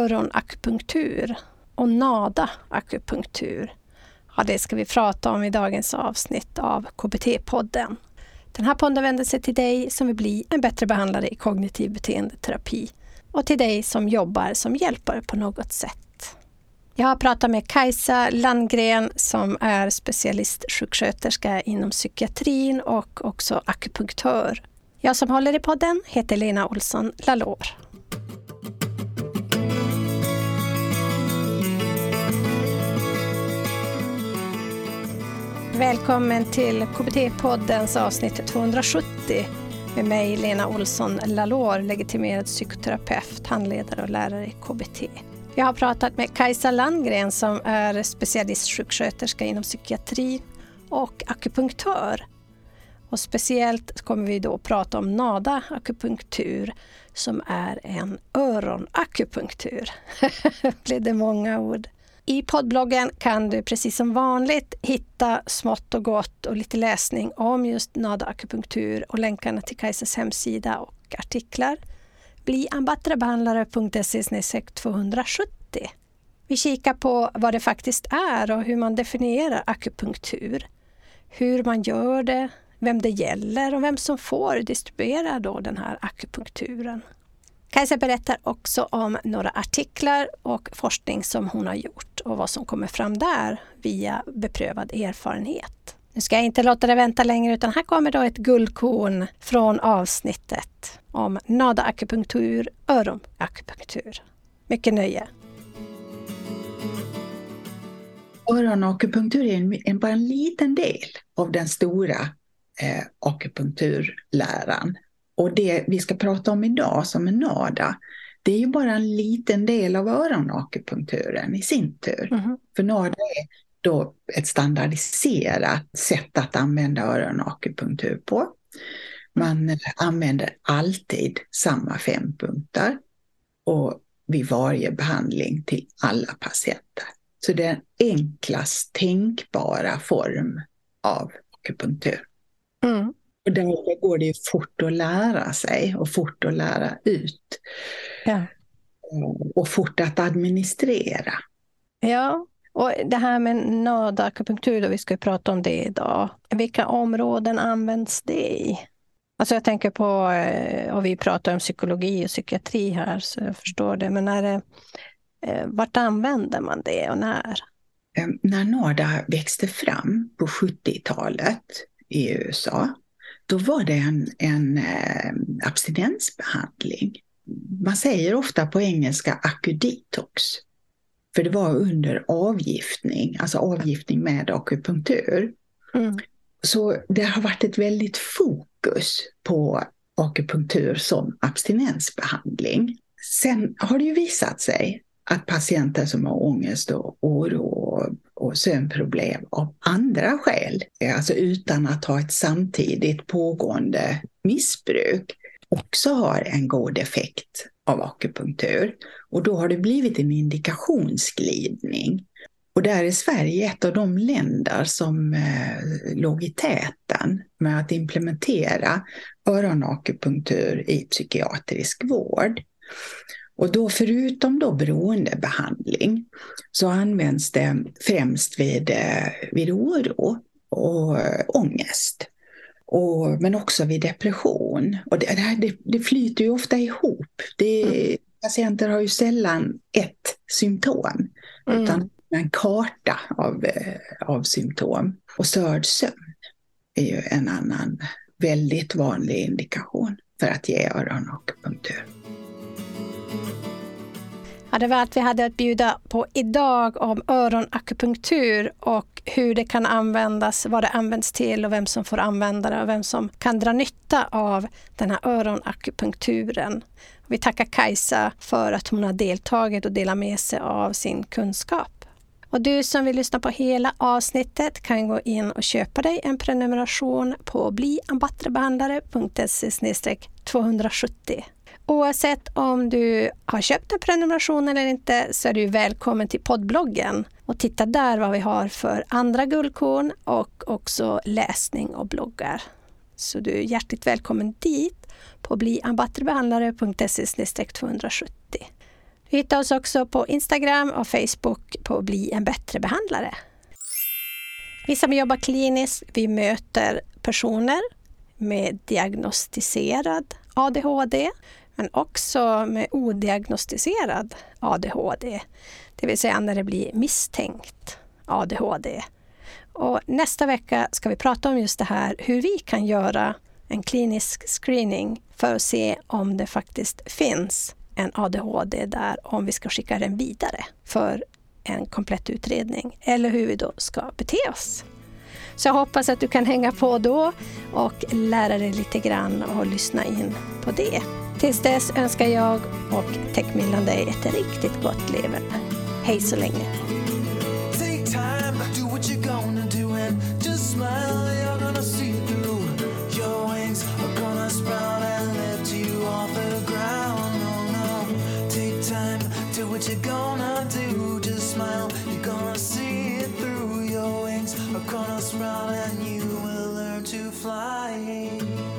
öronakupunktur och NADA-akupunktur. Ja, det ska vi prata om i dagens avsnitt av KBT-podden. Den här podden vänder sig till dig som vill bli en bättre behandlare i kognitiv beteendeterapi och till dig som jobbar som hjälpare på något sätt. Jag har pratat med Kajsa Landgren som är specialistsjuksköterska inom psykiatrin och också akupunktör. Jag som håller i podden heter Lena Olsson Lalor. Välkommen till KBT-poddens avsnitt 270 med mig Lena Olsson Lalor, legitimerad psykoterapeut, handledare och lärare i KBT. Jag har pratat med Kajsa Landgren som är specialistsjuksköterska inom psykiatri och akupunktör. Och speciellt kommer vi då prata om NADA-akupunktur som är en öronakupunktur. Blev det många ord. I poddbloggen kan du precis som vanligt hitta smått och gott och lite läsning om just NADA-akupunktur och länkarna till Kajsas hemsida och artiklar. Bliambattrebehandlare.se/270. Vi kikar på vad det faktiskt är och hur man definierar akupunktur. Hur man gör det, vem det gäller och vem som får distribuera då den här akupunkturen. Kajsa berättar också om några artiklar och forskning som hon har gjort och vad som kommer fram där via beprövad erfarenhet. Nu ska jag inte låta det vänta längre utan här kommer då ett guldkorn från avsnittet om NADA-akupunktur, öronakupunktur. Mycket nöje! Öronakupunktur är bara en liten del av den stora akupunkturläran. Och det vi ska prata om idag som är NADA, det är ju bara en liten del av öronakupunkturen i sin tur. Mm-hmm. För NADA är då ett standardiserat sätt att använda öronakupunktur på. Man använder alltid samma 5 punkter och vid varje behandling till alla patienter. Så det är en enklast tänkbara form av akupunktur. Mm. Och där går det ju fort att lära sig och fort att lära ut. Ja. Och fort att administrera. Ja, och det här med NADA-akupunktur då, vi ska prata om det idag. Vilka områden används det i? Alltså jag tänker på, och vi pratar om psykologi och psykiatri här så jag förstår det. Men vart använder man det och när? När NADA växte fram på 70-talet i USA, då var det en abstinensbehandling. Man säger ofta på engelska akudetox. För det var under avgiftning, alltså avgiftning med akupunktur. Mm. Så det har varit ett väldigt fokus på akupunktur som abstinensbehandling. Sen har det ju visat sig att patienter som har ångest och oro och sömnproblem av andra skäl, alltså utan att ha ett samtidigt pågående missbruk, också har en god effekt av akupunktur. Och då har det blivit en indikationsglidning. Och där är Sverige ett av de länder som låg i täten med att implementera öronakupunktur i psykiatrisk vård. Och då förutom då beroendebehandling så används det främst vid oro och ångest. Men också vid depression. Och det flyter ju ofta ihop. Patienter har ju sällan ett symptom utan en karta av symptom. Och störd sömn är ju en annan väldigt vanlig indikation för att ge öronakupunktur. Ja, det var allt vi hade att bjuda på idag om öronakupunktur och hur det kan användas, vad det används till och vem som får använda det och vem som kan dra nytta av den här öronakupunkturen. Vi tackar Kajsa för att hon har deltagit och delat med sig av sin kunskap. Och du som vill lyssna på hela avsnittet kan gå in och köpa dig en prenumeration på bliambattrebehandlare.se/270. Oavsett om du har köpt en prenumeration eller inte så är du välkommen till poddbloggen och titta där vad vi har för andra guldkorn och också läsning och bloggar. Så du är hjärtligt välkommen dit på bliambattrebehandlare.se/270. Vi hittar oss också på Instagram och Facebook på Bli en bättre behandlare. Vi som jobbar kliniskt, vi möter personer med diagnostiserad ADHD men också med odiagnostiserad ADHD. Det vill säga när det blir misstänkt ADHD. Och nästa vecka ska vi prata om just det här, hur vi kan göra en klinisk screening för att se om det faktiskt finns en ADHD där, om vi ska skicka den vidare för en komplett utredning eller hur vi då ska bete oss. Så jag hoppas att du kan hänga på då och lära dig lite grann och lyssna in på det. Tills dess önskar jag och Techmillan dig ett riktigt gott leverne. Hej så länge! What you gonna do? Just smile. You're gonna see it through. Your wings are gonna sprout and you will learn to fly.